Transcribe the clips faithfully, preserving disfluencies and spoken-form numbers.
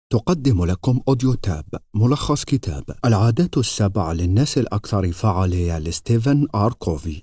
تقدم لكم أوديو تاب ملخص كتاب العادات السبع للناس الأكثر فعالية لستيفن آر كوفي.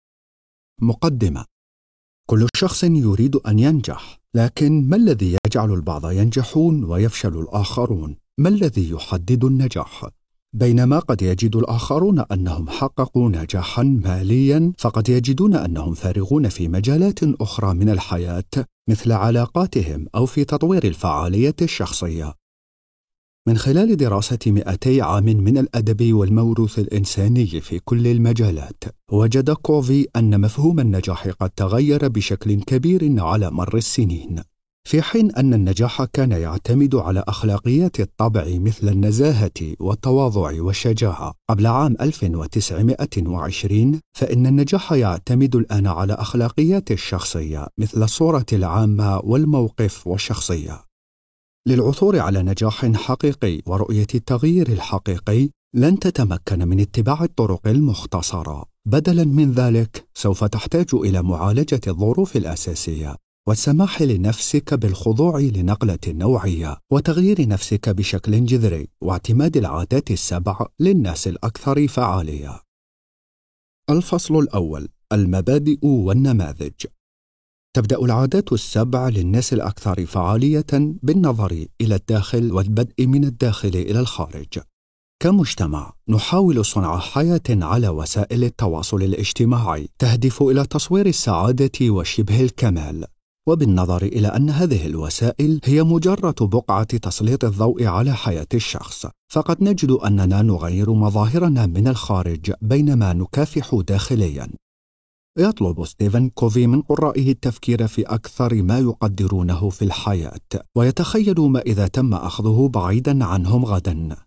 مقدمة: كل شخص يريد أن ينجح، لكن ما الذي يجعل البعض ينجحون ويفشل الآخرون؟ ما الذي يحدد النجاح؟ بينما قد يجد الآخرون أنهم حققوا نجاحاً مالياً، فقد يجدون أنهم فارغون في مجالات أخرى من الحياة مثل علاقاتهم أو في تطوير الفعالية الشخصية. من خلال دراسة مئتي عام من الأدب والموروث الإنساني في كل المجالات، وجد كوفي أن مفهوم النجاح قد تغير بشكل كبير على مر السنين. في حين أن النجاح كان يعتمد على أخلاقيات الطبع مثل النزاهة والتواضع والشجاعة قبل عام ألف وتسعمائة وعشرين، فإن النجاح يعتمد الآن على أخلاقيات الشخصية مثل الصورة العامة والموقف والشخصية. للعثور على نجاح حقيقي ورؤية التغيير الحقيقي، لن تتمكن من اتباع الطرق المختصرة. بدلاً من ذلك، سوف تحتاج إلى معالجة الظروف الأساسية، والسماح لنفسك بالخضوع لنقلة نوعية، وتغيير نفسك بشكل جذري، واعتماد العادات السبع للناس الأكثر فعالية. الفصل الأول: المبادئ والنماذج. تبدأ العادات السبع للناس الأكثر فعالية بالنظر إلى الداخل والبدء من الداخل إلى الخارج. كمجتمع، نحاول صنع حياة على وسائل التواصل الاجتماعي تهدف إلى تصوير السعادة وشبه الكمال، وبالنظر إلى أن هذه الوسائل هي مجرد بقعة تسليط الضوء على حياة الشخص، فقد نجد أننا نغير مظاهرنا من الخارج بينما نكافح داخلياً. يطلب ستيفن كوفي من قرائه التفكير في أكثر ما يقدرونه في الحياة، ويتخيل ما إذا تم أخذه بعيداً عنهم غداً.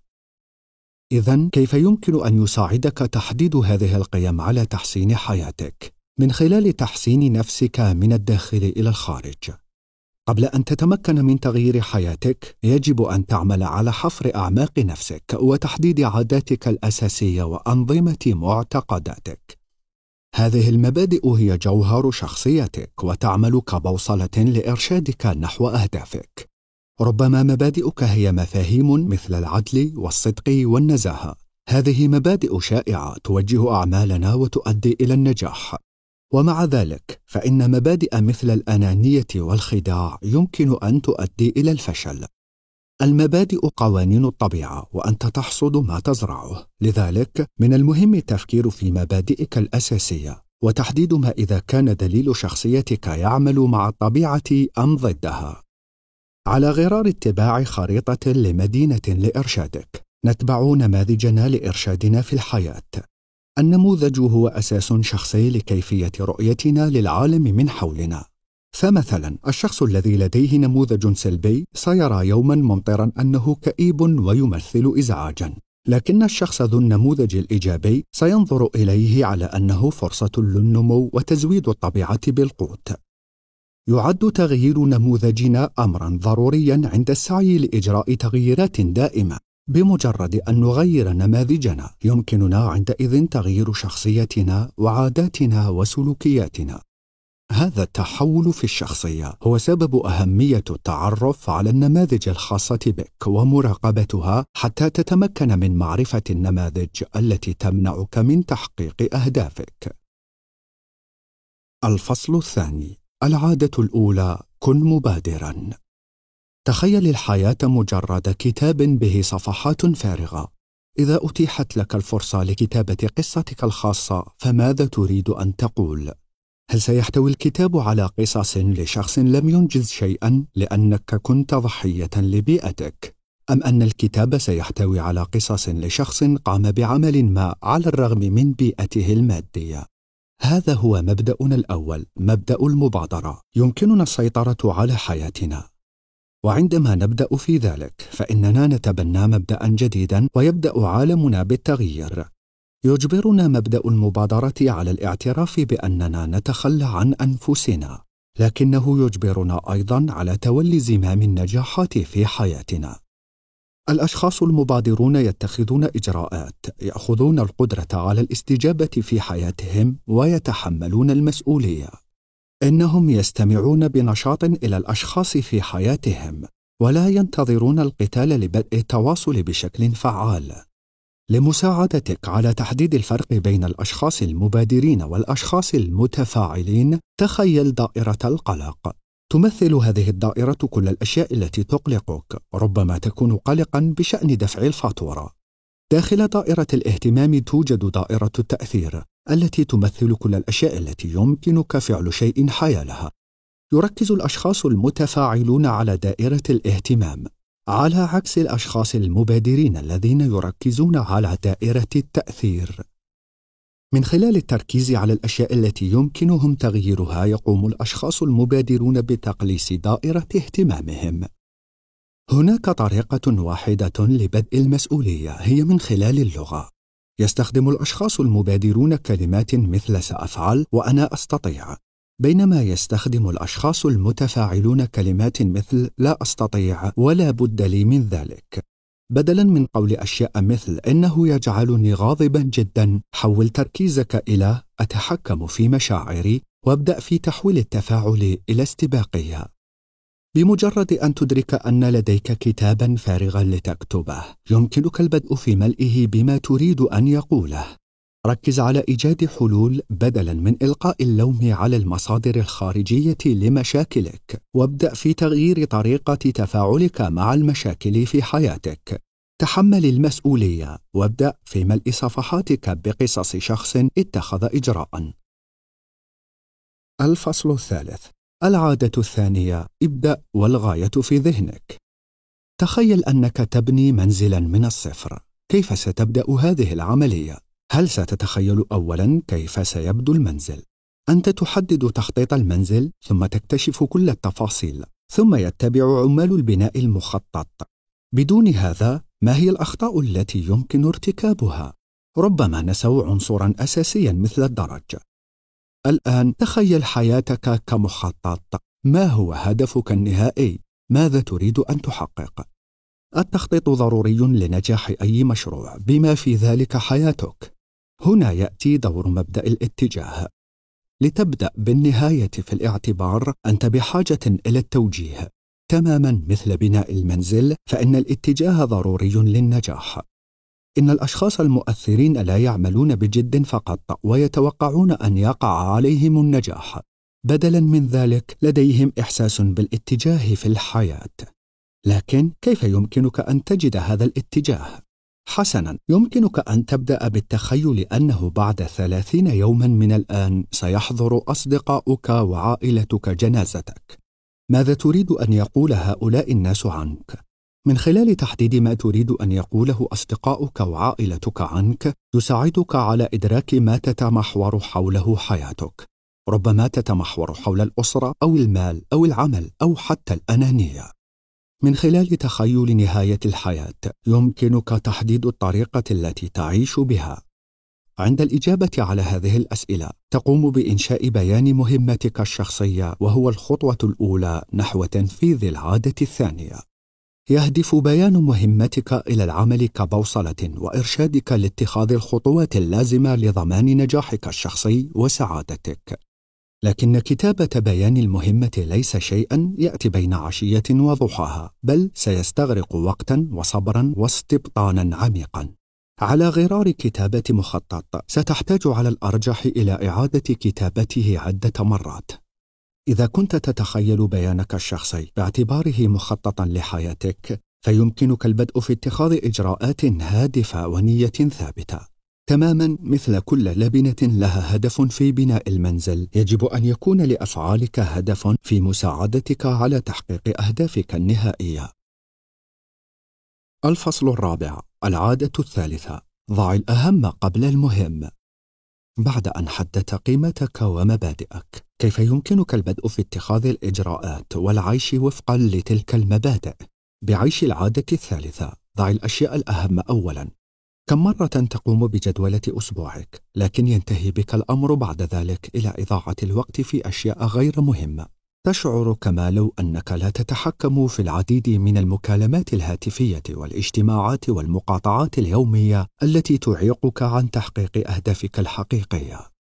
إذن كيف يمكن أن يساعدك تحديد هذه القيم على تحسين حياتك؟ من خلال تحسين نفسك من الداخل إلى الخارج. قبل أن تتمكن من تغيير حياتك، يجب أن تعمل على حفر أعماق نفسك وتحديد عاداتك الأساسية وأنظمة معتقداتك. هذه المبادئ هي جوهر شخصيتك، وتعمل كبوصلة لإرشادك نحو أهدافك. ربما مبادئك هي مفاهيم مثل العدل والصدق والنزاهة. هذه مبادئ شائعة توجه أعمالنا وتؤدي إلى النجاح. ومع ذلك، فإن مبادئ مثل الأنانية والخداع يمكن أن تؤدي إلى الفشل. المبادئ قوانين الطبيعة، وأنت تحصد ما تزرعه. لذلك من المهم التفكير في مبادئك الأساسية، وتحديد ما إذا كان دليل شخصيتك يعمل مع الطبيعة أم ضدها. على غرار اتباع خريطة لمدينة لإرشادك، نتبع نماذجنا لإرشادنا في الحياة. النموذج هو أساس شخصي لكيفية رؤيتنا للعالم من حولنا. فمثلا، الشخص الذي لديه نموذج سلبي سيرى يوما ممطرا أنه كئيب ويمثل إزعاجا، لكن الشخص ذو النموذج الإيجابي سينظر إليه على أنه فرصة للنمو وتزويد الطبيعة بالقوت. يعد تغيير نموذجنا أمرا ضروريا عند السعي لإجراء تغييرات دائمة. بمجرد أن نغير نماذجنا، يمكننا عندئذ تغيير شخصيتنا وعاداتنا وسلوكياتنا. هذا التحول في الشخصية هو سبب أهمية التعرف على النماذج الخاصة بك ومراقبتها، حتى تتمكن من معرفة النماذج التي تمنعك من تحقيق أهدافك. الفصل الثاني: العادة الأولى: كن مبادراً. تخيل الحياة مجرد كتاب به صفحات فارغة. إذا أتيحت لك الفرصة لكتابة قصتك الخاصة، فماذا تريد أن تقول؟ هل سيحتوي الكتاب على قصص لشخص لم ينجز شيئاً لأنك كنت ضحية لبيئتك؟ أم أن الكتاب سيحتوي على قصص لشخص قام بعمل ما على الرغم من بيئته المادية؟ هذا هو مبدأنا الأول، مبدأ المبادرة. يمكننا السيطرة على حياتنا، وعندما نبدأ في ذلك، فإننا نتبنى مبدأ جديدا ويبدأ عالمنا بالتغيير. يجبرنا مبدأ المبادرة على الاعتراف بأننا نتخلى عن أنفسنا، لكنه يجبرنا أيضا على تولي زمام النجاحات في حياتنا. الأشخاص المبادرون يتخذون إجراءات، يأخذون القدرة على الاستجابة في حياتهم، ويتحملون المسؤولية. إنهم يستمعون بنشاط إلى الأشخاص في حياتهم، ولا ينتظرون القتال لبدء التواصل بشكل فعال. لمساعدتك على تحديد الفرق بين الأشخاص المبادرين والأشخاص المتفاعلين، تخيل دائرة القلق. تمثل هذه الدائرة كل الأشياء التي تقلقك. ربما تكون قلقاً بشأن دفع الفاتورة. داخل دائرة الاهتمام توجد دائرة التأثير التي تمثل كل الأشياء التي يمكنك فعل شيء حيالها. يركز الأشخاص المتفاعلون على دائرة الاهتمام، على عكس الأشخاص المبادرين الذين يركزون على دائرة التأثير. من خلال التركيز على الأشياء التي يمكنهم تغييرها، يقوم الأشخاص المبادرون بتقليص دائرة اهتمامهم. هناك طريقة واحدة لبدء المسؤولية، هي من خلال اللغة. يستخدم الأشخاص المبادرون كلمات مثل سأفعل وأنا أستطيع، بينما يستخدم الأشخاص المتفاعلون كلمات مثل لا أستطيع ولا بد لي من ذلك. بدلاً من قول أشياء مثل إنه يجعلني غاضباً جداً، حول تركيزك إلى أتحكم في مشاعري، وابدأ في تحويل التفاعل إلى استباقية. بمجرد أن تدرك أن لديك كتاباً فارغاً لتكتبه، يمكنك البدء في ملئه بما تريد أن يقوله. ركز على إيجاد حلول بدلاً من إلقاء اللوم على المصادر الخارجية لمشاكلك، وابدأ في تغيير طريقة تفاعلك مع المشاكل في حياتك. تحمل المسؤولية، وابدأ في ملء صفحاتك بقصص شخص اتخذ إجراءً. الفصل الثالث: العادة الثانية: ابدأ والغاية في ذهنك. تخيل أنك تبني منزلاً من الصفر. كيف ستبدأ هذه العملية؟ هل ستتخيل أولاً كيف سيبدو المنزل؟ أنت تحدد تخطيط المنزل، ثم تكتشف كل التفاصيل، ثم يتبع عمال البناء المخطط. بدون هذا، ما هي الأخطاء التي يمكن ارتكابها؟ ربما نسوا عنصراً أساسياً مثل الدرج. الآن تخيل حياتك كمخطط. ما هو هدفك النهائي؟ ماذا تريد أن تحقق؟ التخطيط ضروري لنجاح أي مشروع، بما في ذلك حياتك. هنا يأتي دور مبدأ الاتجاه. لتبدأ بالنهاية في الاعتبار، أنت بحاجة إلى التوجيه. تماماً مثل بناء المنزل، فإن الاتجاه ضروري للنجاح. إن الأشخاص المؤثرين لا يعملون بجد فقط ويتوقعون أن يقع عليهم النجاح. بدلاً من ذلك، لديهم إحساس بالاتجاه في الحياة. لكن كيف يمكنك أن تجد هذا الاتجاه؟ حسناً، يمكنك أن تبدأ بالتخيل أنه بعد ثلاثين يوماً من الآن سيحضر أصدقاؤك وعائلتك جنازتك. ماذا تريد أن يقول هؤلاء الناس عنك؟ من خلال تحديد ما تريد أن يقوله أصدقاؤك وعائلتك عنك، يساعدك على إدراك ما تتمحور حوله حياتك. ربما تتمحور حول الأسرة أو المال أو العمل أو حتى الأنانية. من خلال تخيل نهاية الحياة، يمكنك تحديد الطريقة التي تعيش بها. عند الإجابة على هذه الأسئلة، تقوم بإنشاء بيان مهمتك الشخصية، وهو الخطوة الأولى نحو تنفيذ العادة الثانية. يهدف بيان مهمتك إلى العمل كبوصلة وإرشادك لاتخاذ الخطوات اللازمة لضمان نجاحك الشخصي وسعادتك. لكن كتابة بيان المهمة ليس شيئاً يأتي بين عشية وضحاها، بل سيستغرق وقتاً وصبراً واستبطاناً عميقاً. على غرار كتابة مخطط، ستحتاج على الأرجح إلى إعادة كتابته عدة مرات. إذا كنت تتخيل بيانك الشخصي باعتباره مخططاً لحياتك، فيمكنك البدء في اتخاذ إجراءات هادفة ونية ثابتة. تماماً مثل كل لبنة لها هدف في بناء المنزل، يجب أن يكون لأفعالك هدف في مساعدتك على تحقيق أهدافك النهائية. الفصل الرابع: العادة الثالثة: ضع الأهم قبل المهم. بعد أن حددت قيمتك ومبادئك، كيف يمكنك البدء في اتخاذ الإجراءات والعيش وفقاً لتلك المبادئ؟ بعيش العادة الثالثة، ضع الأشياء الأهم أولاً. كم مرة تقوم بجدولة أسبوعك، لكن ينتهي بك الأمر بعد ذلك إلى إضاعة الوقت في أشياء غير مهمة؟ تشعر كما لو أنك لا تتحكم في العديد من المكالمات الهاتفية والاجتماعات والمقاطعات اليومية التي تعيقك عن تحقيق أهدافك الحقيقية.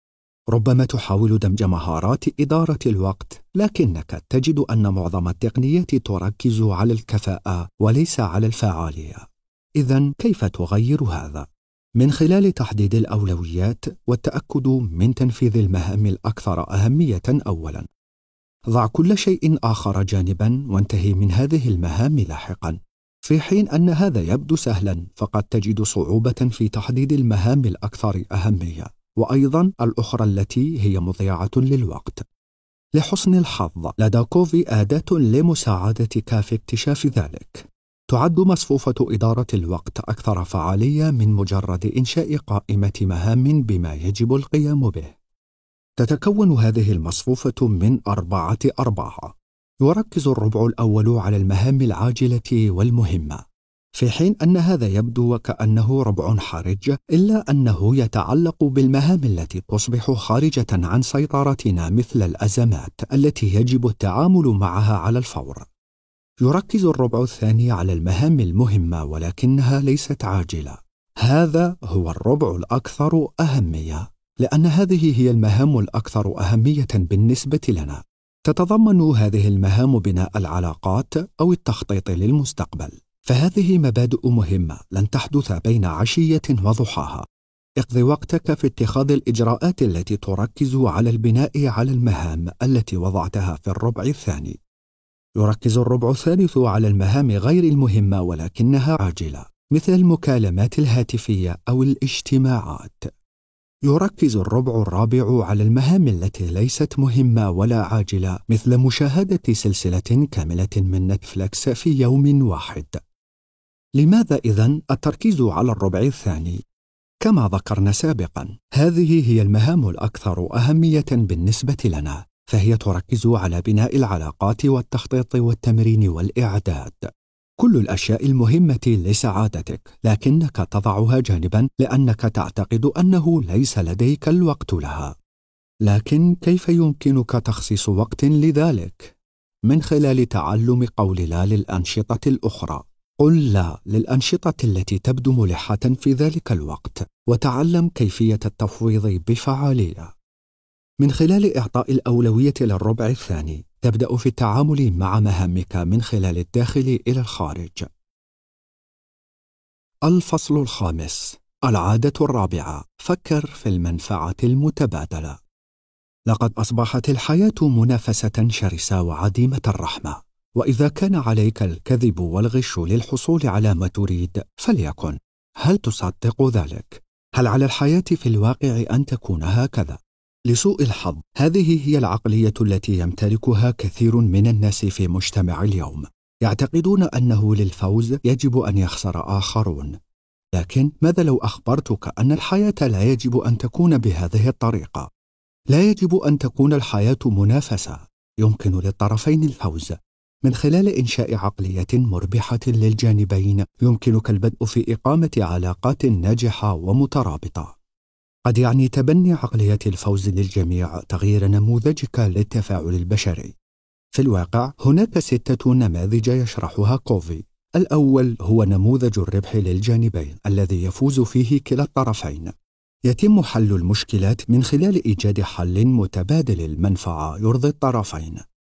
ربما تحاول دمج مهارات إدارة الوقت، لكنك تجد أن معظم التقنيات تركز على الكفاءة وليس على الفعالية. إذن كيف تغير هذا؟ من خلال تحديد الأولويات والتأكد من تنفيذ المهام الأكثر أهمية أولاً. ضع كل شيء آخر جانباً وانتهي من هذه المهام لاحقاً. في حين أن هذا يبدو سهلاً، فقد تجد صعوبة في تحديد المهام الأكثر أهمية، وأيضاً الأخرى التي هي مضيعة للوقت. لحسن الحظ لدى كوفي أداة لمساعدتك في اكتشاف ذلك. تعد مصفوفة إدارة الوقت أكثر فعالية من مجرد إنشاء قائمة مهام بما يجب القيام به. تتكون هذه المصفوفة من أربعة أرباع. يركز الربع الأول على المهام العاجلة والمهمة، في حين أن هذا يبدو وكأنه ربع حرج، إلا أنه يتعلق بالمهام التي تصبح خارجة عن سيطرتنا، مثل الأزمات التي يجب التعامل معها على الفور. يركز الربع الثاني على المهام المهمة ولكنها ليست عاجلة. هذا هو الربع الأكثر أهمية، لأن هذه هي المهام الأكثر أهمية بالنسبة لنا. تتضمن هذه المهام بناء العلاقات أو التخطيط للمستقبل، فهذه مبادئ مهمة لن تحدث بين عشية وضحاها. اقضي وقتك في اتخاذ الإجراءات التي تركز على البناء على المهام التي وضعتها في الربع الثاني. يركز الربع الثالث على المهام غير المهمة ولكنها عاجلة، مثل المكالمات الهاتفية أو الاجتماعات. يركز الربع الرابع على المهام التي ليست مهمة ولا عاجلة، مثل مشاهدة سلسلة كاملة من نتفليكس في يوم واحد. لماذا إذن التركيز على الربع الثاني؟ كما ذكرنا سابقا، هذه هي المهام الأكثر أهمية بالنسبة لنا، فهي تركز على بناء العلاقات والتخطيط والتمرين والإعداد. كل الأشياء المهمة لسعادتك، لكنك تضعها جانبا لأنك تعتقد أنه ليس لديك الوقت لها. لكن كيف يمكنك تخصيص وقت لذلك؟ من خلال تعلم قول لا للأنشطة الأخرى. قل لا للأنشطة التي تبدو ملحة في ذلك الوقت، وتعلم كيفية التفويض بفعالية. من خلال إعطاء الأولوية للربع الثاني، تبدأ في التعامل مع مهامك من خلال الداخل إلى الخارج. الفصل الخامس: العادة الرابعة: فكر في المنفعة المتبادلة. لقد أصبحت الحياة منافسة شرسة وعديمة الرحمة، وإذا كان عليك الكذب والغش للحصول على ما تريد فليكن. هل تصدق ذلك؟ هل على الحياة في الواقع أن تكون هكذا؟ لسوء الحظ، هذه هي العقلية التي يمتلكها كثير من الناس في مجتمع اليوم. يعتقدون أنه للفوز يجب أن يخسر آخرون. لكن ماذا لو أخبرتك أن الحياة لا يجب أن تكون بهذه الطريقة؟ لا يجب أن تكون الحياة منافسة. يمكن للطرفين الفوز. من خلال إنشاء عقلية مربحة للجانبين، يمكنك البدء في إقامة علاقات ناجحة ومترابطة. قد يعني تبني عقلية الفوز للجميع تغيير نموذجك للتفاعل البشري. في الواقع هناك ستة نماذج يشرحها كوفي. الأول هو نموذج الربح للجانبين الذي يفوز فيه كلا الطرفين. يتم حل المشكلات من خلال إيجاد حل متبادل المنفعة يرضي الطرفين.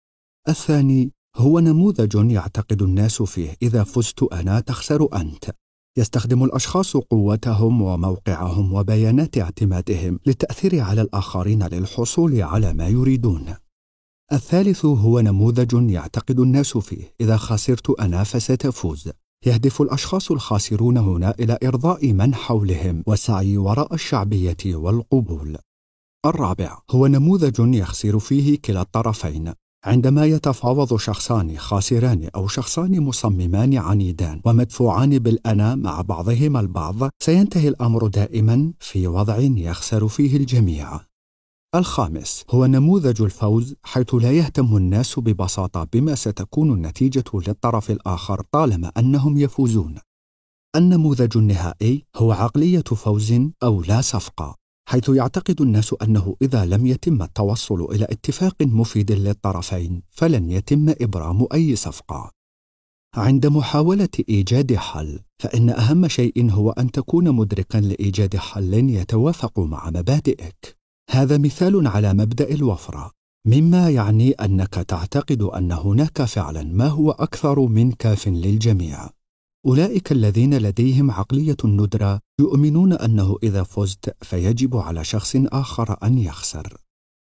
الثاني هو نموذج يعتقد الناس فيه إذا فزت أنا تخسر أنت. يستخدم الأشخاص قوتهم وموقعهم وبيانات اعتمادهم للتأثير على الآخرين للحصول على ما يريدون. الثالث هو نموذج يعتقد الناس فيه إذا خسرت أنا فستفوز. يهدف الأشخاص الخاسرون هنا إلى إرضاء من حولهم والسعي وراء الشعبية والقبول. الرابع هو نموذج يخسر فيه كلا الطرفين. عندما يتفاوض شخصان خاسران أو شخصان مصممان عنيدان ومدفوعان بالأنا مع بعضهما البعض، سينتهي الأمر دائما في وضع يخسر فيه الجميع. الخامس هو نموذج الفوز، حيث لا يهتم الناس ببساطة بما ستكون النتيجة للطرف الآخر طالما أنهم يفوزون. النموذج النهائي هو عقلية فوز أو لا صفقة، حيث يعتقد الناس أنه إذا لم يتم التوصل إلى اتفاق مفيد للطرفين فلن يتم إبرام أي صفقة. عند محاولة إيجاد حل، فإن أهم شيء هو أن تكون مدركا لإيجاد حل يتوافق مع مبادئك. هذا مثال على مبدأ الوفرة، مما يعني أنك تعتقد أن هناك فعلا ما هو أكثر من كاف للجميع. أولئك الذين لديهم عقلية الندرة يؤمنون أنه إذا فزت فيجب على شخص آخر أن يخسر.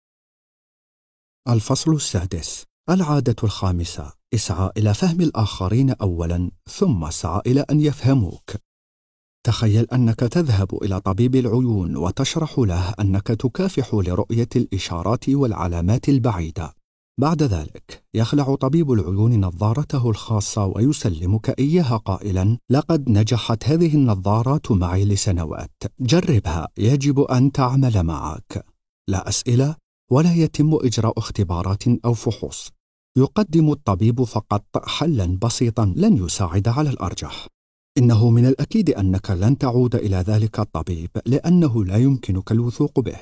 الفصل السادس: العادة الخامسة: اسعى إلى فهم الآخرين أولا، ثم اسعى إلى أن يفهموك. تخيل أنك تذهب إلى طبيب العيون وتشرح له أنك تكافح لرؤية الإشارات والعلامات البعيدة. بعد ذلك يخلع طبيب العيون نظارته الخاصة ويسلمك إياها قائلا: لقد نجحت هذه النظارات معي لسنوات، جربها، يجب أن تعمل معك. لا أسئلة، ولا يتم إجراء اختبارات أو فحوص. يقدم الطبيب فقط حلا بسيطا لن يساعد على الأرجح. إنه من الأكيد أنك لن تعود إلى ذلك الطبيب لأنه لا يمكنك الوثوق به.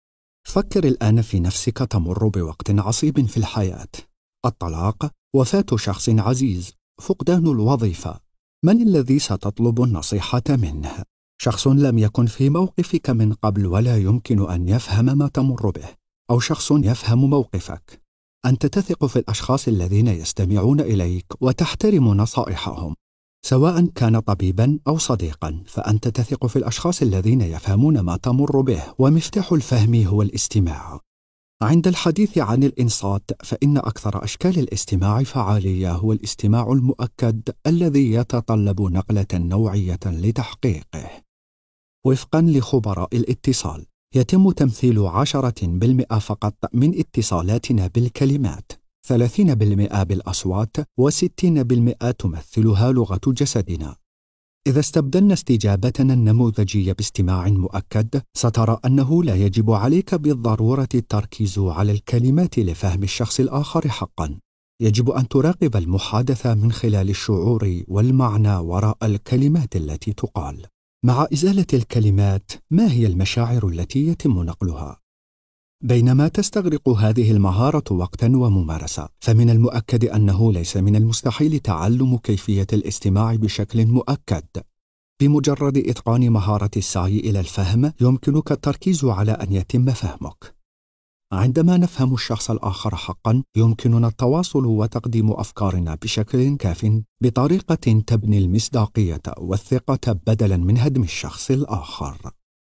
فكر الآن في نفسك تمر بوقت عصيب في الحياة: الطلاق، وفاة شخص عزيز، فقدان الوظيفة. من الذي ستطلب النصيحة منه؟ شخص لم يكن في موقفك من قبل ولا يمكن أن يفهم ما تمر به، أو شخص يفهم موقفك؟ أنت تثق في الأشخاص الذين يستمعون إليك وتحترم نصائحهم، سواء كان طبيبا أو صديقا، فأنت تثق في الأشخاص الذين يفهمون ما تمر به، ومفتاح الفهم هو الاستماع. عند الحديث عن الإنصات، فإن أكثر أشكال الاستماع فعالية هو الاستماع المؤكد الذي يتطلب نقلة نوعية لتحقيقه. وفقا لخبراء الاتصال، يتم تمثيل عشرة بالمئة فقط من اتصالاتنا بالكلمات، ثلاثين بالمئة بالأصوات، وستين بالمئة تمثلها لغة جسدنا. إذا استبدلنا استجابتنا النموذجية باستماع مؤكد، سترى أنه لا يجب عليك بالضرورة التركيز على الكلمات لفهم الشخص الآخر حقا. يجب أن تراقب المحادثة من خلال الشعور والمعنى وراء الكلمات التي تقال. مع إزالة الكلمات، ما هي المشاعر التي يتم نقلها؟ بينما تستغرق هذه المهارة وقتا وممارسة، فمن المؤكد أنه ليس من المستحيل تعلم كيفية الاستماع بشكل مؤكد. بمجرد إتقان مهارة السعي إلى الفهم، يمكنك التركيز على أن يتم فهمك. عندما نفهم الشخص الآخر حقا، يمكننا التواصل وتقديم أفكارنا بشكل كاف بطريقة تبني المصداقية والثقة بدلا من هدم الشخص الآخر.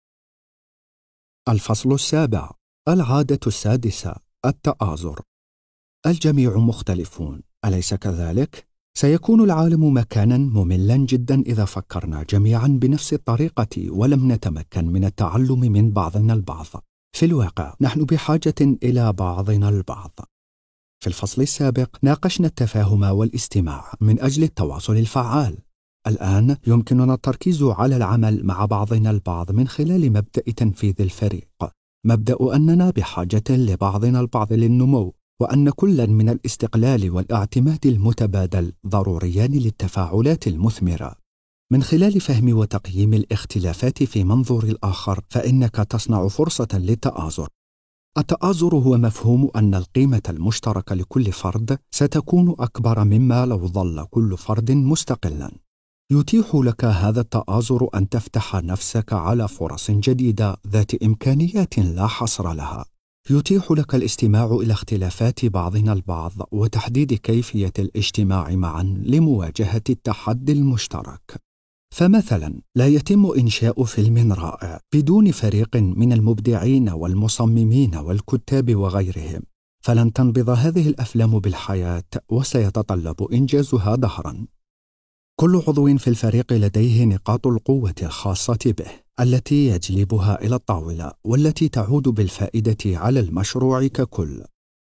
الفصل السابع: العادة السادسة: التآزر. الجميع مختلفون، أليس كذلك؟ سيكون العالم مكانا مملا جدا إذا فكرنا جميعا بنفس الطريقة ولم نتمكن من التعلم من بعضنا البعض. في الواقع نحن بحاجة إلى بعضنا البعض. في الفصل السابق ناقشنا التفاهم والاستماع من أجل التواصل الفعال. الآن يمكننا التركيز على العمل مع بعضنا البعض من خلال مبدأ تنفيذ الفريق، مبدأ أننا بحاجة لبعضنا البعض للنمو، وأن كلا من الاستقلال والاعتماد المتبادل ضروريان للتفاعلات المثمرة. من خلال فهم وتقييم الاختلافات في منظور الآخر، فإنك تصنع فرصة للتآزر. التآزر هو مفهوم أن القيمة المشتركة لكل فرد ستكون أكبر مما لو ظل كل فرد مستقلا. يتيح لك هذا التآزر أن تفتح نفسك على فرص جديدة ذات إمكانيات لا حصر لها. يتيح لك الاستماع إلى اختلافات بعضنا البعض وتحديد كيفية الاجتماع معا لمواجهة التحدي المشترك. فمثلا، لا يتم إنشاء فيلم رائع بدون فريق من المبدعين والمصممين والكتاب وغيرهم، فلن تنبض هذه الأفلام بالحياة وسيتطلب إنجازها دهرا. كل عضو في الفريق لديه نقاط القوة الخاصة به التي يجلبها إلى الطاولة والتي تعود بالفائدة على المشروع ككل.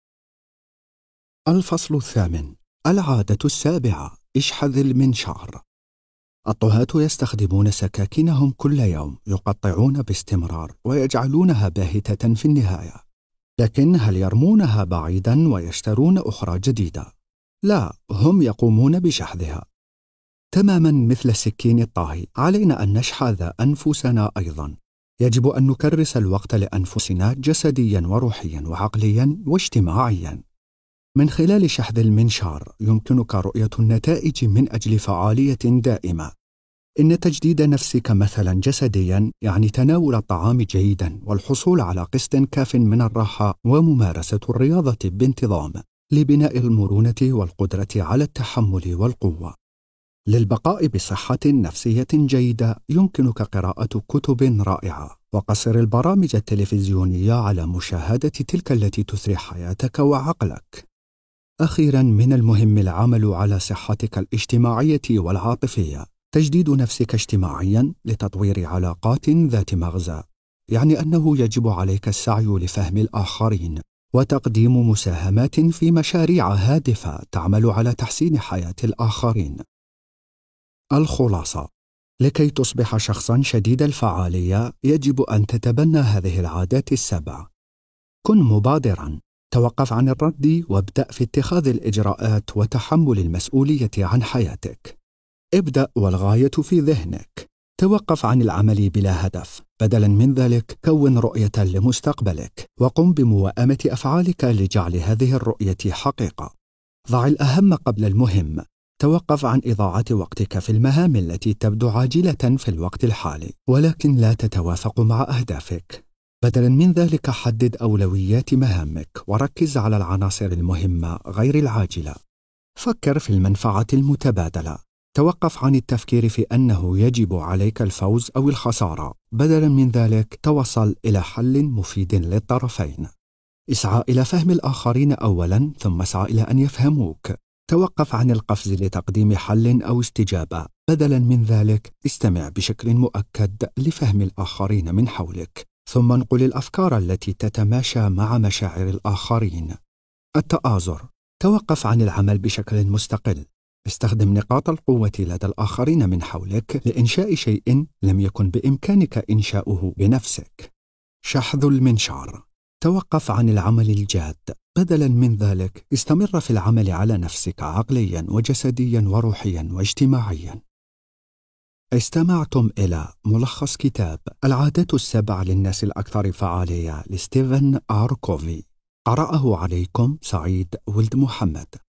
الفصل الثامن: العادة السابعة: اشحذ المنشار. الطهاة يستخدمون سكاكينهم كل يوم، يقطعون باستمرار ويجعلونها باهتة في النهاية. لكن هل يرمونها بعيدا ويشترون أخرى جديدة؟ لا، هم يقومون بشحذها. تماما مثل السكين الطاهي، علينا أن نشحذ أنفسنا أيضا. يجب أن نكرس الوقت لأنفسنا جسديا وروحيا وعقليا واجتماعيا. من خلال شحذ المنشار يمكنك رؤية النتائج من أجل فعالية دائمة. إن تجديد نفسك مثلا جسديا يعني تناول الطعام جيدا والحصول على قسط كاف من الراحة وممارسة الرياضة بانتظام لبناء المرونة والقدرة على التحمل والقوة. للبقاء بصحة نفسية جيدة يمكنك قراءة كتب رائعة وقصر البرامج التلفزيونية على مشاهدة تلك التي تثري حياتك وعقلك. أخيراً، من المهم العمل على صحتك الاجتماعية والعاطفية. تجديد نفسك اجتماعياً لتطوير علاقات ذات مغزى، يعني أنه يجب عليك السعي لفهم الآخرين وتقديم مساهمات في مشاريع هادفة تعمل على تحسين حياة الآخرين. الخلاصة: لكي تصبح شخصاً شديد الفعالية يجب أن تتبنى هذه العادات السبع. كن مبادراً، توقف عن الرد وابدأ في اتخاذ الإجراءات وتحمل المسؤولية عن حياتك. ابدأ والغاية في ذهنك. توقف عن العمل بلا هدف، بدلاً من ذلك كون رؤية لمستقبلك وقم بموائمة أفعالك لجعل هذه الرؤية حقيقة. ضع الأهم قبل المهم. توقف عن إضاعة وقتك في المهام التي تبدو عاجلة في الوقت الحالي ولكن لا تتوافق مع أهدافك. بدلاً من ذلك حدد أولويات مهامك وركز على العناصر المهمة غير العاجلة. فكر في المنفعة المتبادلة. توقف عن التفكير في أنه يجب عليك الفوز أو الخسارة، بدلاً من ذلك توصل إلى حل مفيد للطرفين. اسعى إلى فهم الآخرين أولاً ثم اسعى إلى أن يفهموك. توقف عن القفز لتقديم حل أو استجابة، بدلاً من ذلك استمع بشكل مؤكد لفهم الآخرين من حولك ثم انقل الأفكار التي تتماشى مع مشاعر الآخرين. التآزر. توقف عن العمل بشكل مستقل. استخدم نقاط القوة لدى الآخرين من حولك لإنشاء شيء لم يكن بإمكانك إنشاؤه بنفسك. شحذ المنشار. توقف عن العمل الجاد، بدلاً من ذلك استمر في العمل على نفسك عقلياً وجسدياً وروحياً واجتماعياً. استمعتم إلى ملخص كتاب العادات السبع للناس الأكثر فعالية لستيفن آر كوفي. قرأه عليكم سعيد ولد محمد.